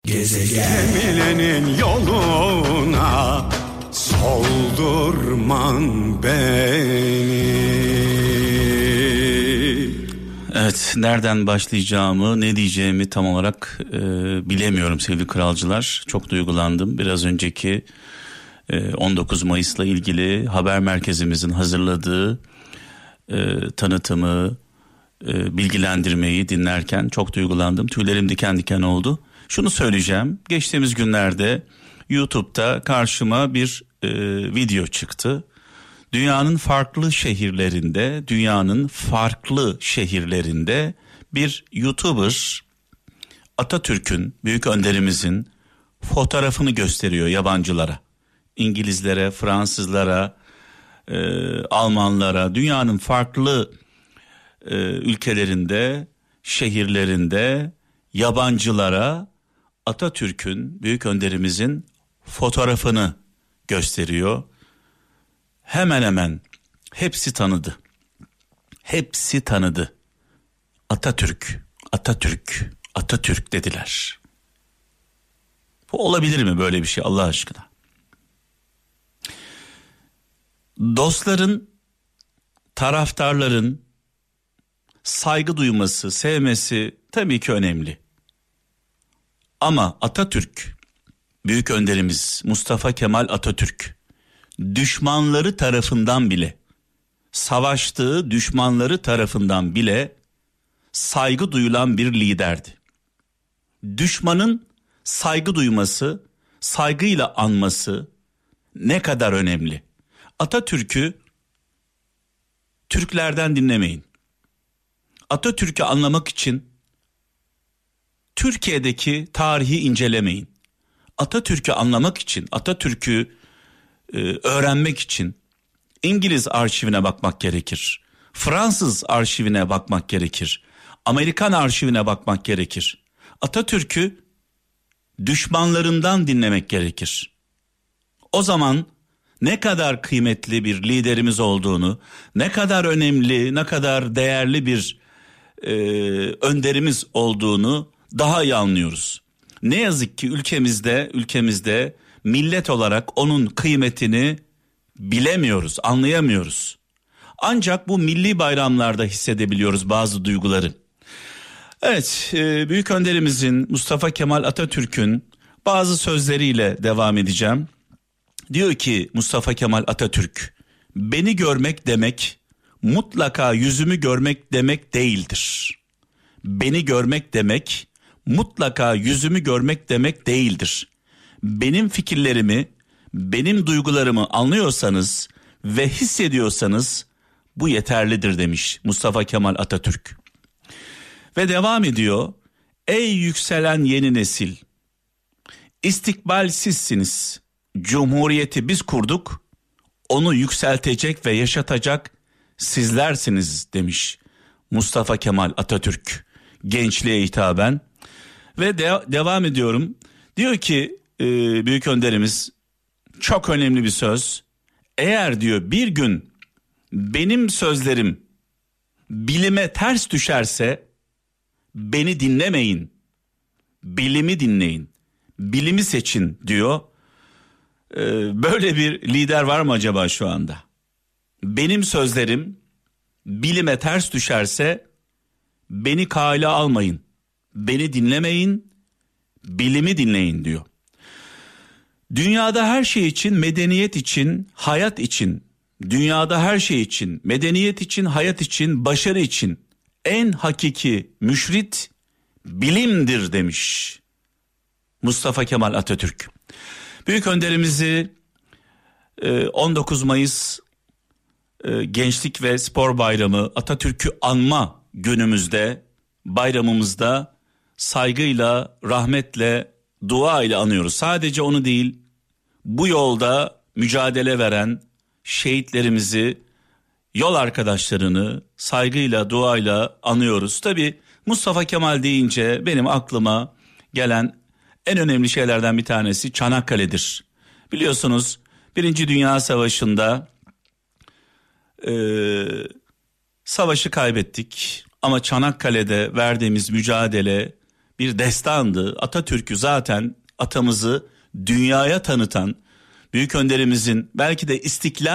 Gemilenin yoluna soldurman beni. Evet, nereden başlayacağımı, ne diyeceğimi tam olarak bilemiyorum sevgili kralcılar. Çok duygulandım. Biraz önceki 19 Mayıs'la ilgili haber merkezimizin hazırladığı tanıtımı, bilgilendirmeyi dinlerken çok duygulandım. Tüylerim diken diken oldu. Şunu söyleyeceğim. Geçtiğimiz günlerde YouTube'da karşıma bir video çıktı. Dünyanın farklı şehirlerinde bir YouTuber Atatürk'ün, büyük önderimizin fotoğrafını gösteriyor yabancılara. İngilizlere, Fransızlara, Almanlara, dünyanın farklı ülkelerinde, şehirlerinde yabancılara Atatürk'ün, büyük önderimizin fotoğrafını gösteriyor. Hemen hemen hepsi tanıdı. Hepsi tanıdı. Atatürk, Atatürk, Atatürk dediler. Bu olabilir mi böyle bir şey Allah aşkına? Dostların, taraftarların saygı duyması, sevmesi tabii ki önemli. Ama Atatürk, büyük önderimiz Mustafa Kemal Atatürk, düşmanları tarafından bile, savaştığı düşmanları tarafından bile saygı duyulan bir liderdi. Düşmanın saygı duyması, saygıyla anması ne kadar önemli. Atatürk'ü Türklerden dinlemeyin. Atatürk'ü anlamak için Türkiye'deki tarihi incelemeyin. Atatürk'ü anlamak için, Atatürk'ü öğrenmek için İngiliz arşivine bakmak gerekir. Fransız arşivine bakmak gerekir. Amerikan arşivine bakmak gerekir. Atatürk'ü düşmanlarından dinlemek gerekir. O zaman ne kadar kıymetli bir liderimiz olduğunu, ne kadar önemli, ne kadar değerli bir önderimiz olduğunu daha iyi anlıyoruz. Ne yazık ki ülkemizde millet olarak onun kıymetini bilemiyoruz, anlayamıyoruz. Ancak bu milli bayramlarda hissedebiliyoruz bazı duyguları. Evet, büyük önderimizin Mustafa Kemal Atatürk'ün bazı sözleriyle devam edeceğim. Diyor ki Mustafa Kemal Atatürk, beni görmek demek mutlaka yüzümü görmek demek değildir. Beni görmek demek mutlaka yüzümü görmek demek değildir. Benim fikirlerimi, benim duygularımı anlıyorsanız ve hissediyorsanız bu yeterlidir demiş Mustafa Kemal Atatürk. Ve devam ediyor. Ey yükselen yeni nesil, istikbal sizsiniz. Cumhuriyeti biz kurduk, onu yükseltecek ve yaşatacak sizlersiniz demiş Mustafa Kemal Atatürk gençliğe hitaben. Ve devam ediyorum. Diyor ki büyük önderimiz çok önemli bir söz. Eğer diyor bir gün benim sözlerim bilime ters düşerse beni dinlemeyin. Bilimi dinleyin. Bilimi seçin diyor. Böyle bir lider var mı acaba şu anda? Benim sözlerim bilime ters düşerse beni kale almayın. Beni dinlemeyin. Bilimi dinleyin diyor. Dünyada her şey için, medeniyet için, hayat için, dünyada her şey için, medeniyet için, hayat için, başarı için en hakiki müşrit bilimdir demiş Mustafa Kemal Atatürk. Büyük önderimizi 19 Mayıs Gençlik ve Spor Bayramı Atatürk'ü anma günümüzde, bayramımızda saygıyla, rahmetle, dua ile anıyoruz. Sadece onu değil, bu yolda mücadele veren şehitlerimizi, yol arkadaşlarını saygıyla, duayla anıyoruz. Tabii Mustafa Kemal deyince benim aklıma gelen en önemli şeylerden bir tanesi Çanakkale'dir. Biliyorsunuz 1. Dünya Savaşı'nda savaşı kaybettik ama Çanakkale'de verdiğimiz mücadele bir destandı. Atatürk'ü zaten, atamızı dünyaya tanıtan büyük önderimizin belki de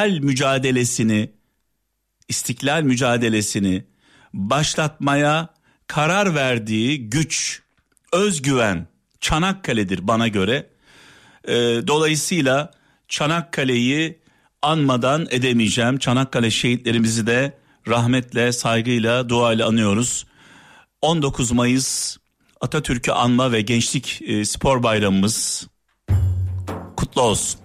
istiklal mücadelesini başlatmaya karar verdiği güç, özgüven Çanakkale'dir bana göre. Dolayısıyla Çanakkale'yi anmadan edemeyeceğim. Çanakkale şehitlerimizi de rahmetle, saygıyla, duayla anıyoruz. 19 Mayıs Atatürk'ü anma ve gençlik spor bayramımız kutlu olsun.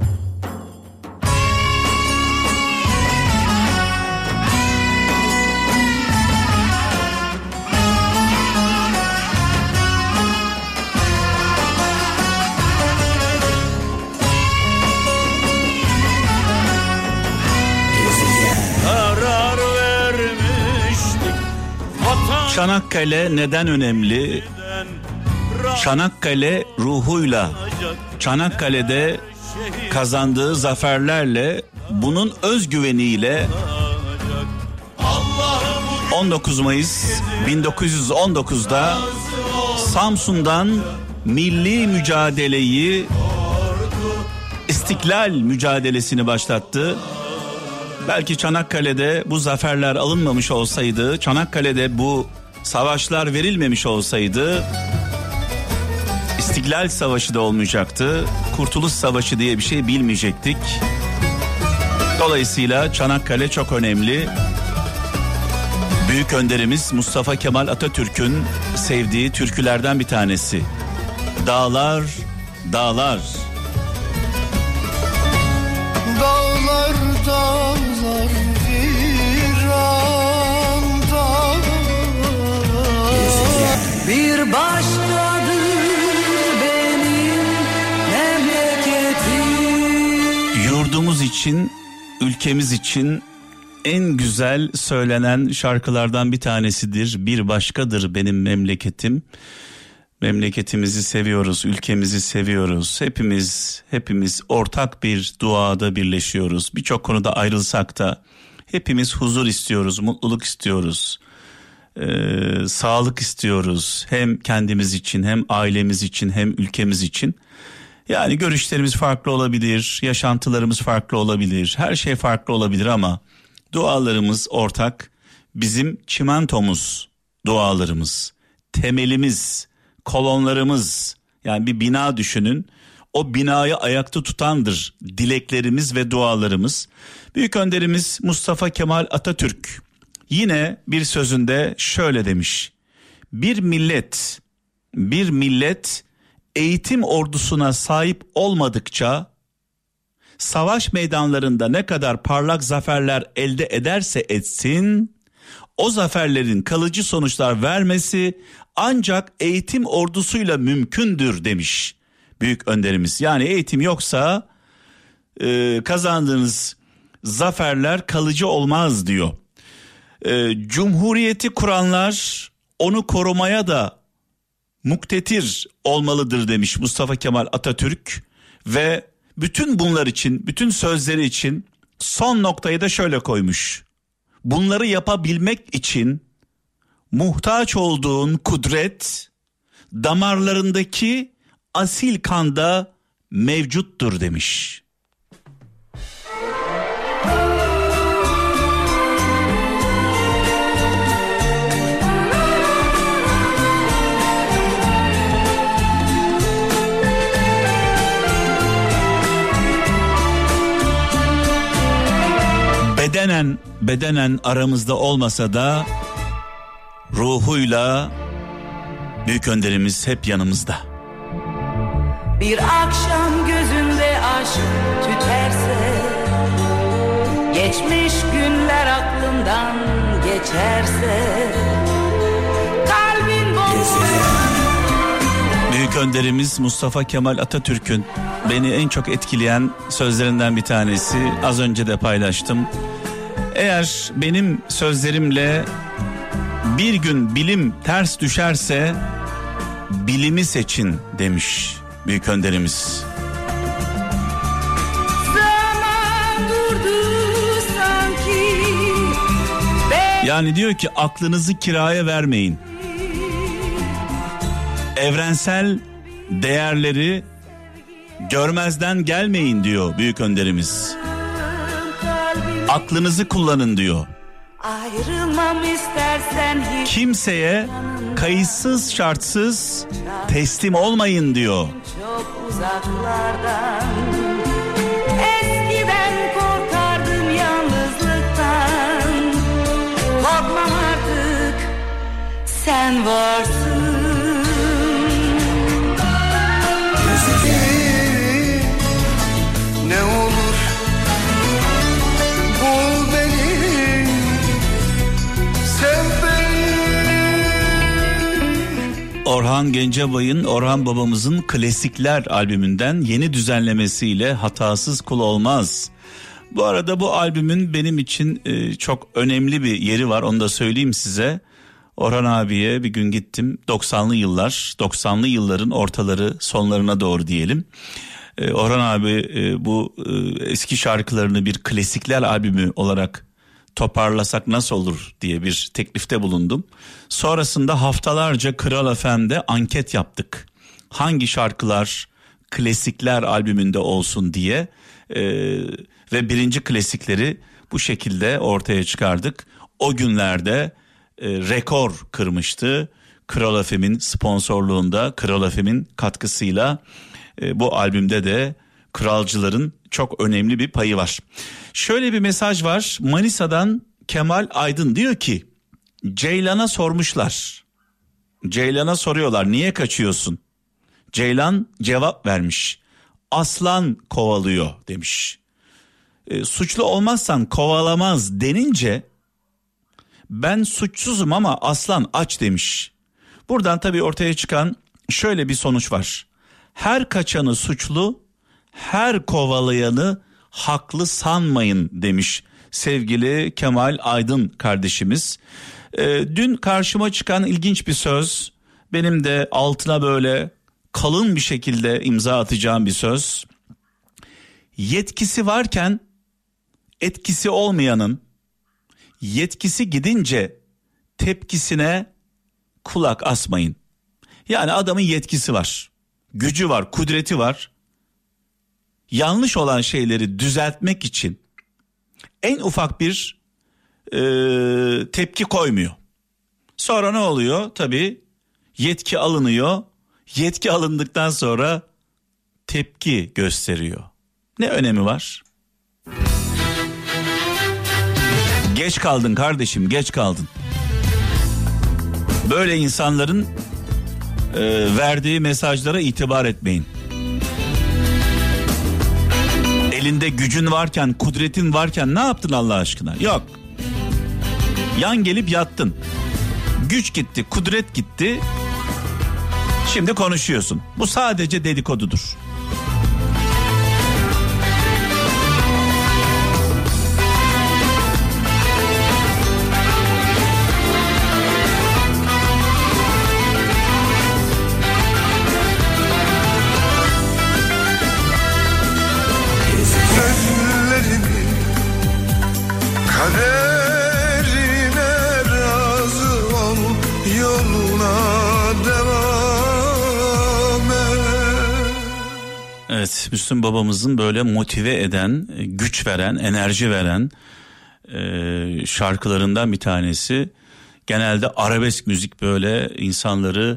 Çanakkale neden önemli? Çanakkale ruhuyla, Çanakkale'de kazandığı zaferlerle, bunun özgüveniyle 19 Mayıs 1919'da Samsun'dan milli mücadeleyi, istiklal mücadelesini başlattı. Belki Çanakkale'de bu zaferler alınmamış olsaydı, Çanakkale'de bu savaşlar verilmemiş olsaydı İstiklal Savaşı da olmayacaktı. Kurtuluş Savaşı diye bir şey bilmeyecektik. Dolayısıyla Çanakkale çok önemli. Büyük önderimiz Mustafa Kemal Atatürk'ün sevdiği türkülerden bir tanesi. Dağlar, dağlar. Dağlar, dağlar viranda, bir başkadır benim memleketim. Yurdumuz için, ülkemiz için en güzel söylenen şarkılardan bir tanesidir. Bir başkadır benim memleketim. Memleketimizi seviyoruz, ülkemizi seviyoruz. Hepimiz ortak bir duada birleşiyoruz. Birçok konuda ayrılsak da hepimiz huzur istiyoruz, mutluluk istiyoruz. Sağlık istiyoruz. Hem kendimiz için, hem ailemiz için, hem ülkemiz için. Yani görüşlerimiz farklı olabilir, yaşantılarımız farklı olabilir, her şey farklı olabilir ama dualarımız ortak. Bizim çimentomuz, dualarımız, temelimiz, kolonlarımız, yani bir bina düşünün, o binayı ayakta tutandır dileklerimiz ve dualarımız. Büyük önderimiz Mustafa Kemal Atatürk yine bir sözünde şöyle demiş: bir millet eğitim ordusuna sahip olmadıkça savaş meydanlarında ne kadar parlak zaferler elde ederse etsin, o zaferlerin kalıcı sonuçlar vermesi ancak eğitim ordusuyla mümkündür demiş büyük önderimiz. Yani eğitim yoksa kazandığınız zaferler kalıcı olmaz diyor. Cumhuriyeti kuranlar onu korumaya da muktedir olmalıdır demiş Mustafa Kemal Atatürk ve bütün bunlar için, bütün sözleri için son noktayı da şöyle koymuş: bunları yapabilmek için muhtaç olduğun kudret damarlarındaki asil kanda mevcuttur demiş. Bedenen aramızda olmasa da ruhuyla büyük önderimiz hep yanımızda. Bir akşam gözünde aşk tüterse, geçmiş günler aklımdan geçerse, kalbin Büyük önderimiz Mustafa Kemal Atatürk'ün beni en çok etkileyen sözlerinden bir tanesi, az önce de paylaştım. Eğer benim sözlerimle bir gün bilim ters düşerse bilimi seçin demiş büyük önderimiz. Yani diyor ki aklınızı kiraya vermeyin. evrensel değerleri görmezden gelmeyin diyor büyük önderimiz. Aklınızı kullanın diyor. Ayrılmam istersen hiç. Kimseye kayıtsız şartsız teslim olmayın diyor. Çok uzaklardan. Eskiden korkardım yalnızlıktan. Korkmam artık, sen varsın. Ne olur bul beni, sev beni. Orhan Gencebay'ın, Orhan babamızın Klasikler albümünden yeni düzenlemesiyle Hatasız Kul Olmaz. Bu arada bu albümün benim için çok önemli bir yeri var, onu da söyleyeyim size. Orhan abiye bir gün gittim, 90'lı yılların ortaları sonlarına doğru diyelim. Orhan abi bu eski şarkılarını bir klasikler albümü olarak toparlasak nasıl olur diye bir teklifte bulundum. Sonrasında haftalarca Kral FM'de anket yaptık. Hangi şarkılar klasikler albümünde olsun diye ve birinci klasikleri bu şekilde ortaya çıkardık. O günlerde rekor kırmıştı. Kral FM'in sponsorluğunda, Kral FM'in katkısıyla bu albümde de kralcıların çok önemli bir payı var. Şöyle bir mesaj var. Manisa'dan Kemal Aydın diyor ki, Ceylan'a sormuşlar. Ceylan'a soruyorlar, niye kaçıyorsun? Ceylan cevap vermiş. Aslan kovalıyor demiş. Suçlu olmazsan kovalamaz denince ben suçsuzum ama aslan aç demiş. Buradan tabii ortaya çıkan şöyle bir sonuç var. Her kaçanı suçlu, her kovalayanı haklı sanmayın demiş sevgili Kemal Aydın kardeşimiz. Dün karşıma çıkan ilginç bir söz, benim de altına böyle kalın bir şekilde imza atacağım bir söz. Yetkisi varken etkisi olmayanın yetkisi gidince tepkisine kulak asmayın. Yani adamın yetkisi var, gücü var, kudreti var. Yanlış olan şeyleri düzeltmek için en ufak bir tepki koymuyor. Sonra ne oluyor? Tabii yetki alınıyor. Yetki alındıktan sonra tepki gösteriyor. Ne önemi var? Geç kaldın kardeşim, geç kaldın. Böyle insanların verdiği mesajlara itibar etmeyin. Elinde gücün varken, kudretin varken ne yaptın Allah aşkına? Yok. Yan gelip yattın. Güç gitti, kudret gitti. Şimdi konuşuyorsun. Bu sadece dedikodudur. Kaderine razı ol, yoluna devam et. Evet, Müslüm babamızın böyle motive eden, güç veren, enerji veren şarkılarından bir tanesi. Genelde arabesk müzik böyle insanları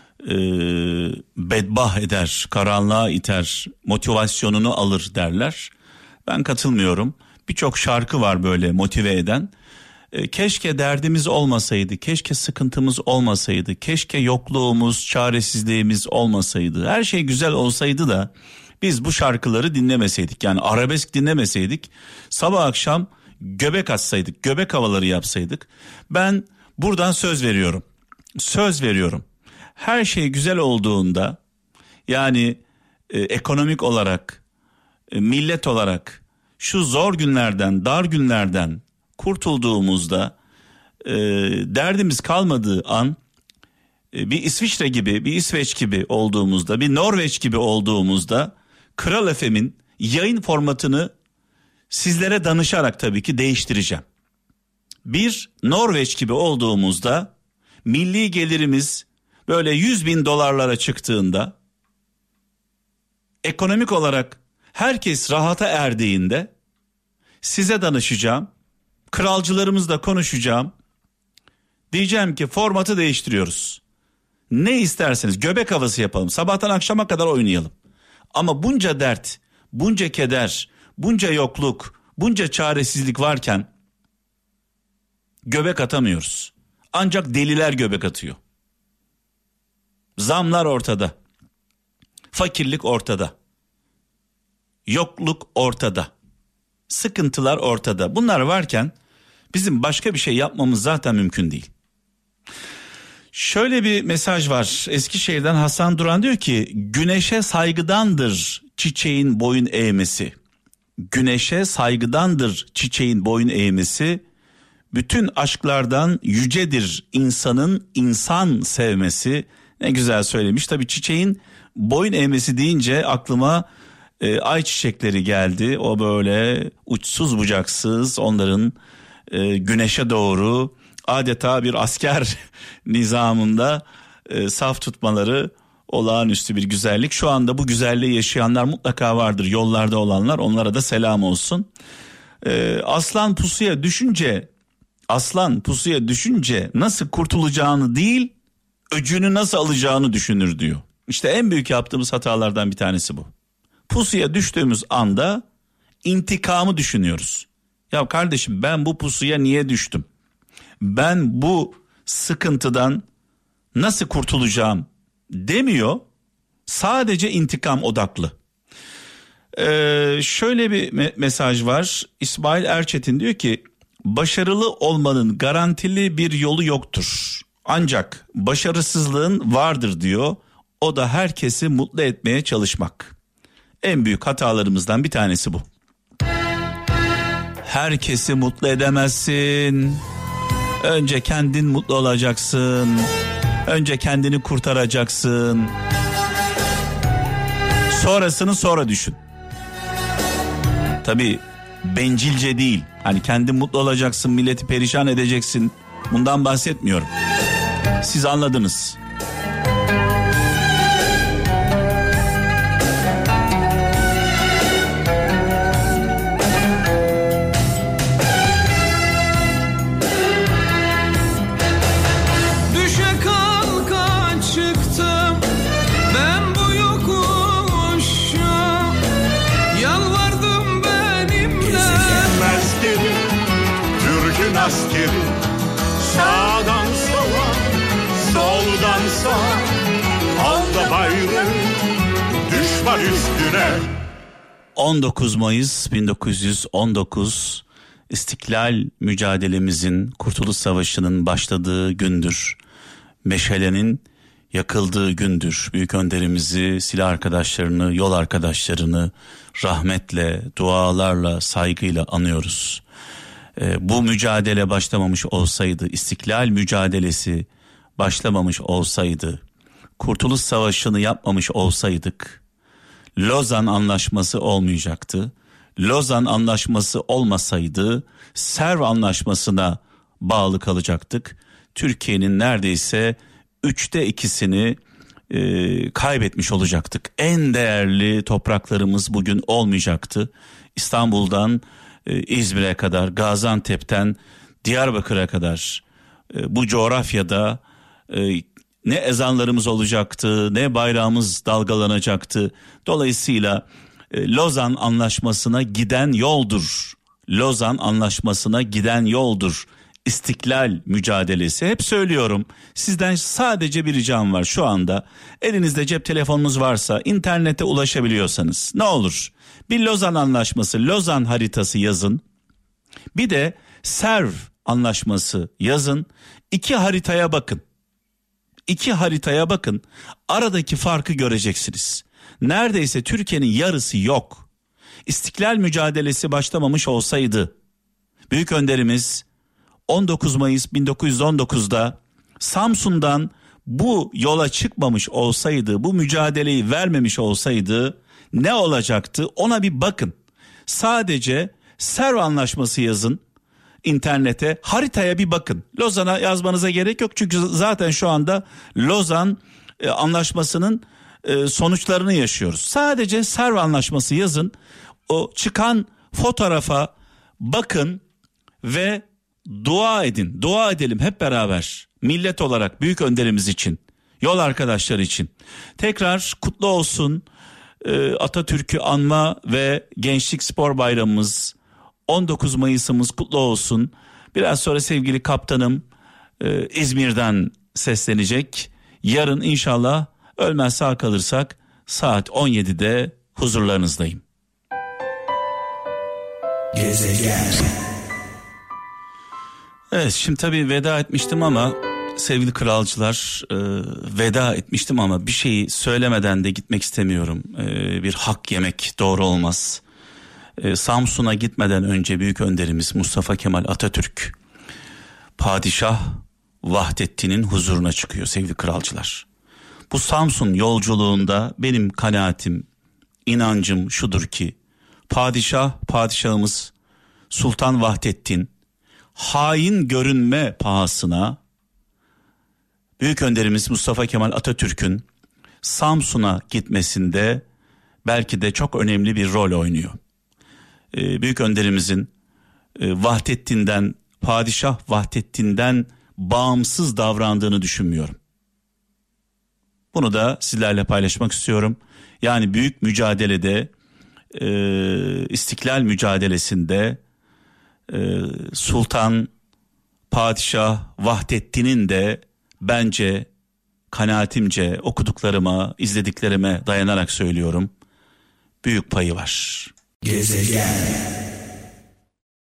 bedbah eder, karanlığa iter, motivasyonunu alır derler. Ben katılmıyorum. Birçok şarkı var böyle motive eden. Keşke derdimiz olmasaydı, keşke sıkıntımız olmasaydı, keşke yokluğumuz, çaresizliğimiz olmasaydı. Her şey güzel olsaydı da biz bu şarkıları dinlemeseydik. Yani arabesk dinlemeseydik, sabah akşam göbek atsaydık, göbek havaları yapsaydık. Ben buradan söz veriyorum. Söz veriyorum. Her şey güzel olduğunda, yani ekonomik olarak, millet olarak şu zor günlerden, dar günlerden kurtulduğumuzda, derdimiz kalmadığı an, bir İsviçre gibi, bir İsveç gibi olduğumuzda, bir Norveç gibi olduğumuzda Kral FM'in yayın formatını sizlere danışarak tabii ki değiştireceğim. Bir Norveç gibi olduğumuzda milli gelirimiz böyle 100.000 dolarlara çıktığında, ekonomik olarak herkes rahata erdiğinde size danışacağım. Kralcılarımızla konuşacağım. Diyeceğim ki formatı değiştiriyoruz. Ne isterseniz göbek havası yapalım. Sabahtan akşama kadar oynayalım. Ama bunca dert, bunca keder, bunca yokluk, bunca çaresizlik varken göbek atamıyoruz. Ancak deliler göbek atıyor. Zamlar ortada. Fakirlik ortada. Yokluk ortada. Sıkıntılar ortada. Bunlar varken bizim başka bir şey yapmamız zaten mümkün değil. Şöyle bir mesaj var. Eskişehir'den Hasan Duran diyor ki, güneşe saygıdandır çiçeğin boyun eğmesi. Güneşe saygıdandır çiçeğin boyun eğmesi. Bütün aşklardan yücedir insanın insan sevmesi. Ne güzel söylemiş. Tabii çiçeğin boyun eğmesi deyince aklıma ayçiçekleri geldi. O böyle uçsuz bucaksız, onların güneşe doğru adeta bir asker nizamında saf tutmaları olağanüstü bir güzellik. Şu anda bu güzelliği yaşayanlar mutlaka vardır, yollarda olanlar, onlara da selam olsun. Aslan pusuya düşünce nasıl kurtulacağını değil, öcünü nasıl alacağını düşünür diyor. İşte en büyük yaptığımız hatalardan bir tanesi bu. Pusuya düştüğümüz anda intikamı düşünüyoruz. Ya kardeşim, ben bu pusuya niye düştüm? Ben bu sıkıntıdan nasıl kurtulacağım demiyor. Sadece intikam odaklı. Şöyle bir mesaj var. İsmail Erçetin diyor ki, başarılı olmanın garantili bir yolu yoktur. Ancak başarısızlığın vardır diyor. O da herkesi mutlu etmeye çalışmak. En büyük hatalarımızdan bir tanesi bu. Herkesi mutlu edemezsin. Önce kendin mutlu olacaksın. Önce kendini kurtaracaksın. Sonrasını sonra düşün. Tabii bencilce değil. Hani kendin mutlu olacaksın, milleti perişan edeceksin. Bundan bahsetmiyorum. Siz anladınız. Askeri sağdan sola, soldan sağa, alda bayrağı, düşman üstüne. 19 Mayıs 1919 İstiklal mücadelemizin, Kurtuluş Savaşı'nın başladığı gündür. Meşalenin yakıldığı gündür. Büyük önderimizi, silah arkadaşlarını, yol arkadaşlarını rahmetle, dualarla, saygıyla anıyoruz. Bu mücadele başlamamış olsaydı, İstiklal mücadelesi başlamamış olsaydı, Kurtuluş Savaşı'nı yapmamış olsaydık, Lozan Anlaşması olmayacaktı. Lozan Anlaşması olmasaydı Sèvres Anlaşması'na bağlı kalacaktık. Türkiye'nin neredeyse 2/3'ünü kaybetmiş olacaktık. En değerli topraklarımız bugün olmayacaktı. İstanbul'dan İzmir'e kadar, Gaziantep'ten Diyarbakır'a kadar bu coğrafyada ne ezanlarımız olacaktı, ne bayrağımız dalgalanacaktı. Dolayısıyla Lozan Anlaşması'na giden yoldur. Lozan Anlaşması'na giden yoldur İstiklal mücadelesi. Hep söylüyorum, sizden sadece bir ricam var şu anda. Elinizde cep telefonunuz varsa, internete ulaşabiliyorsanız ne olur bir Lozan Anlaşması, Lozan haritası yazın. Bir de Sèvres Anlaşması yazın. İki haritaya bakın. İki haritaya bakın. Aradaki farkı göreceksiniz. Neredeyse Türkiye'nin yarısı yok. İstiklal mücadelesi başlamamış olsaydı, büyük önderimiz 19 Mayıs 1919'da Samsun'dan bu yola çıkmamış olsaydı, bu mücadeleyi vermemiş olsaydı ne olacaktı? Ona bir bakın. Sadece Sèvres Anlaşması yazın. internete, haritaya bir bakın. Lozan'a yazmanıza gerek yok çünkü zaten şu anda Lozan anlaşmasının sonuçlarını yaşıyoruz. Sadece Sèvres anlaşması yazın, o çıkan fotoğrafa bakın ve dua edin. Dua edelim hep beraber, millet olarak, büyük önderimiz için, yol arkadaşları için. Tekrar kutlu olsun Atatürk'ü anma ve Gençlik Spor Bayramımız, 19 Mayıs'ımız kutlu olsun. Biraz sonra sevgili kaptanım İzmir'den seslenecek. Yarın inşallah ölmez sağ kalırsak saat 17'de huzurlarınızdayım. Gezegen. Evet, şimdi tabii veda etmiştim ama sevgili kralcılar, veda etmiştim ama bir şeyi söylemeden de gitmek istemiyorum. Bir hak yemek doğru olmaz. Samsun'a gitmeden önce büyük önderimiz Mustafa Kemal Atatürk Padişah Vahdettin'in huzuruna çıkıyor sevgili kralcılar. Bu Samsun yolculuğunda benim kanaatim, inancım şudur ki padişahımız Sultan Vahdettin hain görünme pahasına büyük önderimiz Mustafa Kemal Atatürk'ün Samsun'a gitmesinde belki de çok önemli bir rol oynuyor. Büyük önderimizin Padişah Vahdettin'den bağımsız davrandığını düşünmüyorum. Bunu da sizlerle paylaşmak istiyorum. Yani büyük mücadelede, İstiklal mücadelesinde Sultan Padişah Vahdettin'in de bence, kanaatimce, okuduklarıma, izlediklerime dayanarak söylüyorum, büyük payı var. Gezegen.